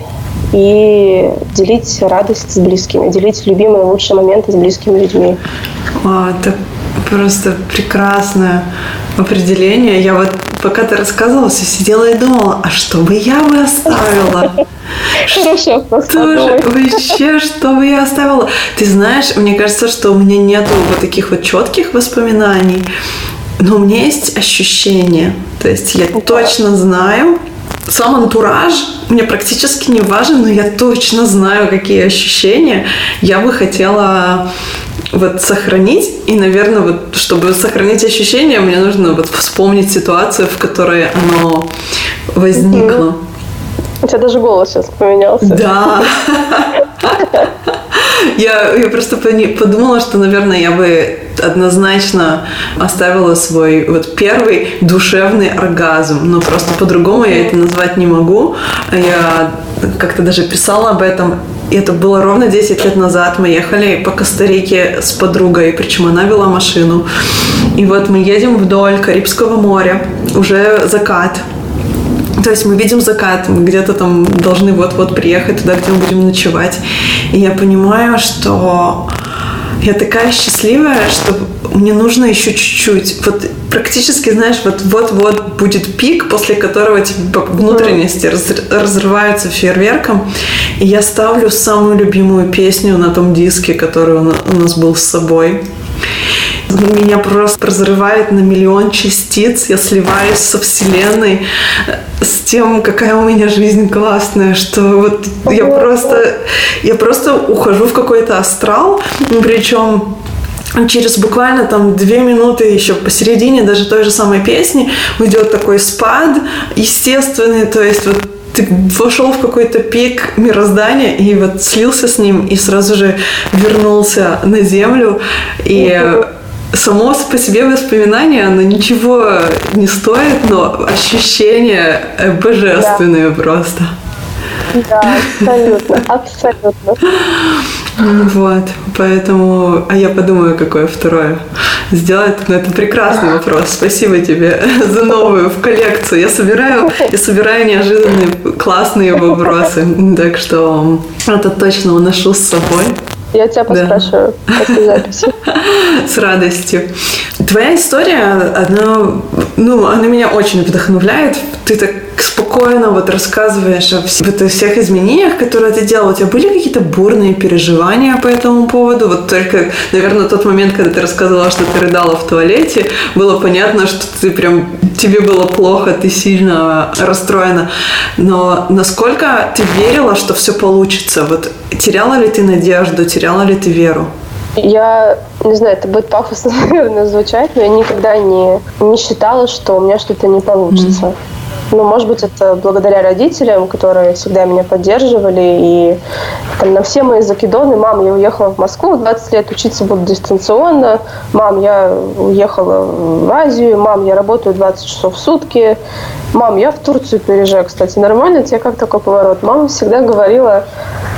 и делить радость с близкими, делить любимые лучшие моменты с близкими людьми. Это просто прекрасное определение. Я вот, пока ты рассказывала, все сидела и думала, а что бы я оставила? Хорошо, вообще, что бы я оставила? Ты знаешь, мне кажется, что у меня нету вот таких вот четких воспоминаний, но у меня есть ощущения. То есть я точно знаю, сам антураж мне практически не важен, но я точно знаю, какие ощущения я бы хотела вот сохранить. И, наверное, вот, чтобы сохранить ощущения, мне нужно вот вспомнить ситуацию, в которой оно возникло. У тебя даже голос сейчас поменялся. Да. Я просто подумала, что, наверное, я бы однозначно оставила свой вот первый душевный оргазм. Но просто по-другому я это назвать не могу. Я как-то даже писала об этом. И это было ровно 10 лет назад. Мы ехали по Коста-Рике с подругой, причем она вела машину. И вот мы едем вдоль Карибского моря, уже закат. То есть мы видим закат, мы где-то там должны вот-вот приехать туда, где мы будем ночевать. И я понимаю, что я такая счастливая, что мне нужно еще чуть-чуть. Вот практически, знаешь, вот-вот будет пик, после которого внутренности разрываются фейерверком. И я ставлю самую любимую песню на том диске, который у нас был с собой. Меня просто разрывает на миллион частиц. Я сливаюсь со Вселенной, с тем, какая у меня жизнь классная, что вот я просто ухожу в какой-то астрал, причем через буквально там 2 минуты еще посередине даже той же самой песни уйдет такой спад естественный, то есть вот ты вошел в какой-то пик мироздания и вот слился с ним и сразу же вернулся на землю. И само по себе воспоминание, оно ничего не стоит, но ощущения божественные просто. Да, абсолютно. Вот, поэтому... А я подумаю, какое второе сделать. Но это прекрасный вопрос. Спасибо тебе за новую в коллекцию. Я собираю неожиданные классные вопросы. Так что это точно уношу с собой. Я тебя поспрашиваю после записи. С радостью. Твоя история, она меня очень вдохновляет. Ты так спокойно вот рассказываешь о всех изменениях, которые ты делала. У тебя были какие-то бурные переживания по этому поводу? Вот только, наверное, тот момент, когда ты рассказывала, что ты рыдала в туалете, было понятно, что тебе было плохо, ты сильно расстроена. Но насколько ты верила, что все получится? Вот теряла ли ты надежду, теряла ли ты веру? Я не знаю, это будет пафосно, наверное, звучать, но я никогда не считала, что у меня что-то не получится. Ну, может быть, это благодаря родителям, которые всегда меня поддерживали. И там, на все мои закидоны: мам, я уехала в Москву, 20 лет учиться буду дистанционно. Мам, я уехала в Азию. Мам, я работаю 20 часов в сутки. Мам, я в Турцию переезжаю. Кстати, нормально? Тебе как такой поворот? Мама всегда говорила: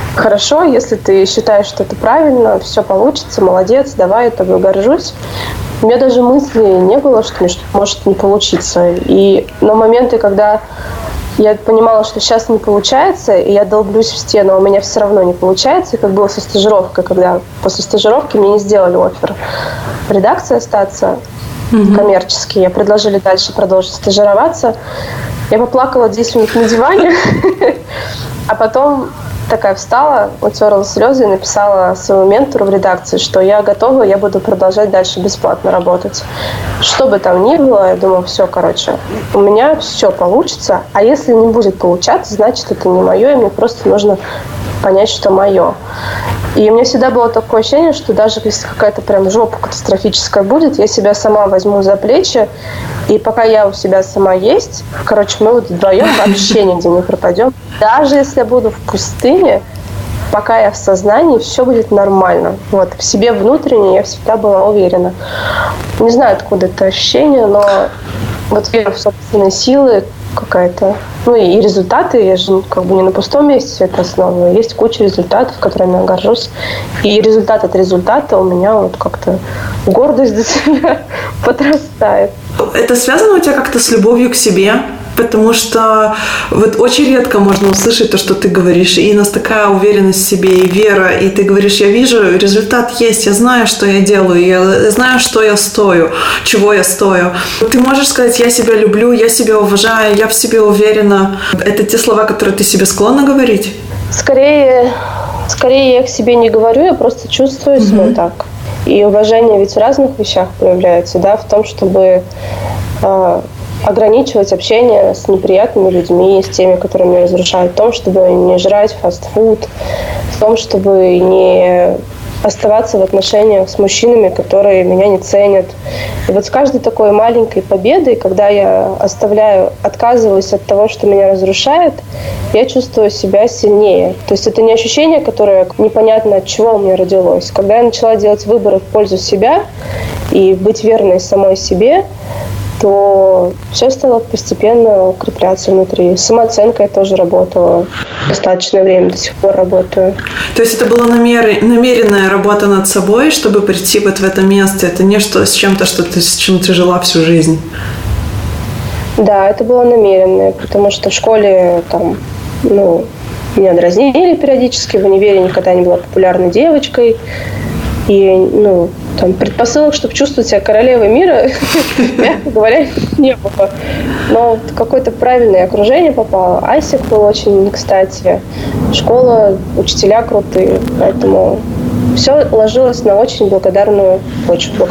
хорошо, если ты считаешь, что это правильно, все получится, молодец, давай, я тобой горжусь. У меня даже мысли не было, что мне что-то может не получиться. Но моменты, когда я понимала, что сейчас не получается, и я долблюсь в стену, а у меня все равно не получается, и как было со стажировкой, когда после стажировки мне не сделали оффер в редакции остаться коммерчески. Я предложили дальше продолжить стажироваться. Я поплакала 10 минут на диване, а потом такая встала, утерла слезы и написала своему ментору в редакции, что я готова, я буду продолжать дальше бесплатно работать. Что бы там ни было, я думаю, все, у меня все получится, а если не будет получаться, значит, это не мое, и мне просто нужно понять, что мое. И у меня всегда было такое ощущение, что даже если какая-то прям жопа катастрофическая будет, я себя сама возьму за плечи, и пока я у себя сама есть, мы вот вдвоем вообще нигде не пропадем. Даже если я буду в пустыне, пока я в сознании, все будет нормально. Вот, в себе внутренне я всегда была уверена. Не знаю, откуда это ощущение, но вот вера в собственные силы какая-то. И результаты, я же не на пустом месте все это основываю. Есть куча результатов, которыми я горжусь. И результат от результата у меня вот как-то гордость за себя подрастает. Это связано у тебя как-то с любовью к себе? Потому что вот очень редко можно услышать то, что ты говоришь. И у нас такая уверенность в себе и вера. И ты говоришь, я вижу, результат есть, я знаю, что я делаю, я знаю, что я стою, чего я стою. Ты можешь сказать, я себя люблю, я себя уважаю, я в себе уверена. Это те слова, которые ты себе склонна говорить? Скорее я к себе не говорю, я просто чувствую себя так. И уважение ведь в разных вещах проявляется, да, в том, чтобы ограничивать общение с неприятными людьми, с теми, которые меня разрушают, в том, чтобы не жрать фастфуд, в том, чтобы не оставаться в отношениях с мужчинами, которые меня не ценят. И вот с каждой такой маленькой победой, когда я отказываюсь от того, что меня разрушает, я чувствую себя сильнее. То есть это не ощущение, которое непонятно от чего у меня родилось. Когда я начала делать выборы в пользу себя и быть верной самой себе, то все стало постепенно укрепляться внутри. С самооценкой я тоже работала достаточное время, до сих пор работаю. То есть это была намеренная работа над собой, чтобы прийти вот в это место? Это не что с чем-то, с чем ты жила всю жизнь? Да, это было намеренное, потому что в школе меня дразнили периодически, в универе никогда не была популярной девочкой. И, предпосылок, чтобы чувствовать себя королевой мира, мягко говоря, не было. Но в какое-то правильное окружение попало. Айсик был очень кстати. Школа, учителя крутые. Поэтому все ложилось на очень благодатную почву.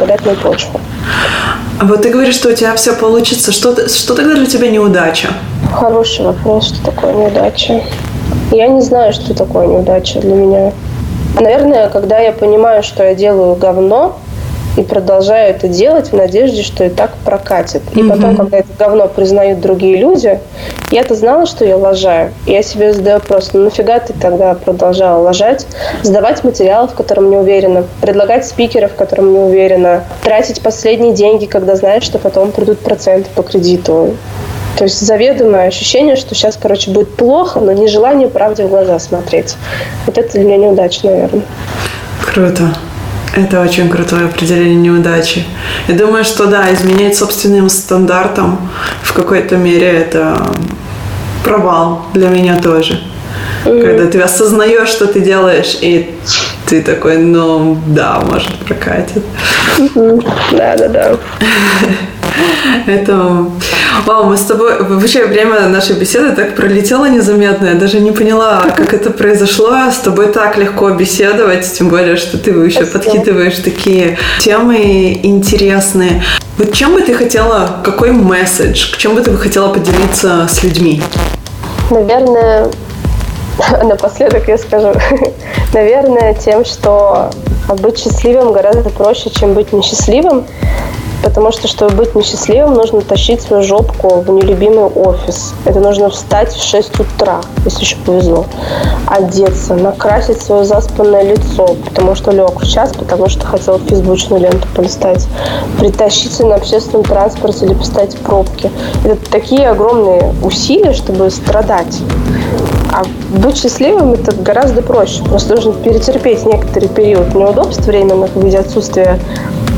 А вот ты говоришь, что у тебя все получится. Что тогда для тебя неудача? Хороший вопрос, что такое неудача. Я не знаю, что такое неудача для меня. Наверное, когда я понимаю, что я делаю говно, и продолжаю это делать в надежде, что и так прокатит. И потом, когда это говно признают другие люди, я-то знала, что я лажаю. И я себе задаю вопрос, нафига ты тогда продолжала лажать? Сдавать материалы, в котором не уверена, предлагать спикеров, в котором не уверена, тратить последние деньги, когда знаешь, что потом придут проценты по кредиту. То есть заведомое ощущение, что сейчас, будет плохо, но нежелание правде в глаза смотреть. Вот это для меня неудача, наверное. Круто. Это очень крутое определение неудачи. Я думаю, что да, изменять собственным стандартам в какой-то мере это провал для меня тоже. Когда ты осознаешь, что ты делаешь, и ты такой, да, может, прокатит. Да. Это... Вау, мы с тобой... Вообще, время нашей беседы так пролетело незаметно. Я даже не поняла, как это произошло. С тобой так легко беседовать, тем более, что ты еще подкидываешь такие темы интересные. Вот чем бы ты хотела, какой месседж, чем бы ты хотела поделиться с людьми? Наверное, напоследок я скажу, наверное, тем, что быть счастливым гораздо проще, чем быть несчастливым. Потому что, чтобы быть несчастливым, нужно тащить свою жопку в нелюбимый офис. Это нужно встать в 6 утра, если еще повезло. Одеться, накрасить свое заспанное лицо, потому что лег в час, потому что хотел фейсбучную ленту полистать. Притащиться на общественном транспорте или поставить в пробки. Это такие огромные усилия, чтобы страдать. А быть счастливым это гораздо проще. Просто нужно перетерпеть некоторый период неудобств временных в виде отсутствия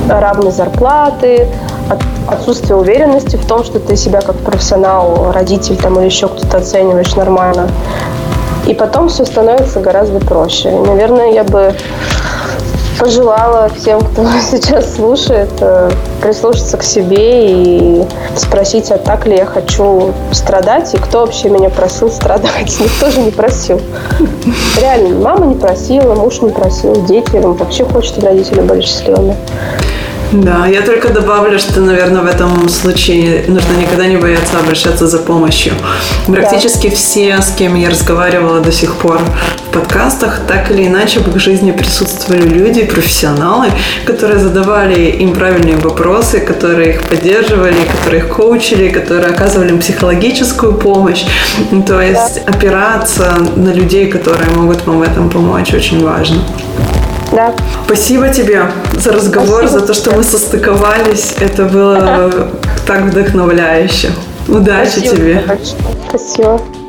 равной зарплаты, отсутствие уверенности в том, что ты себя как профессионал, родитель там, или еще кто-то оцениваешь нормально. И потом все становится гораздо проще. И, наверное, я бы пожелала всем, кто сейчас слушает, прислушаться к себе и спросить, а так ли я хочу страдать, и кто вообще меня просил страдать. Никто же не просил. Реально, мама не просила, муж не просил, дети вообще хочет, чтобы родители были счастливыми. Да, я только добавлю, что, наверное, в этом случае нужно никогда не бояться обращаться за помощью. Практически все, с кем я разговаривала до сих пор в подкастах, так или иначе в их жизни присутствовали люди, профессионалы, которые задавали им правильные вопросы, которые их поддерживали, которые их коучили, которые оказывали им психологическую помощь. То есть опираться на людей, которые могут вам в этом помочь, очень важно. Да. Спасибо тебе за разговор, за то, что мы состыковались. Это было так вдохновляюще. Удачи тебе. Спасибо.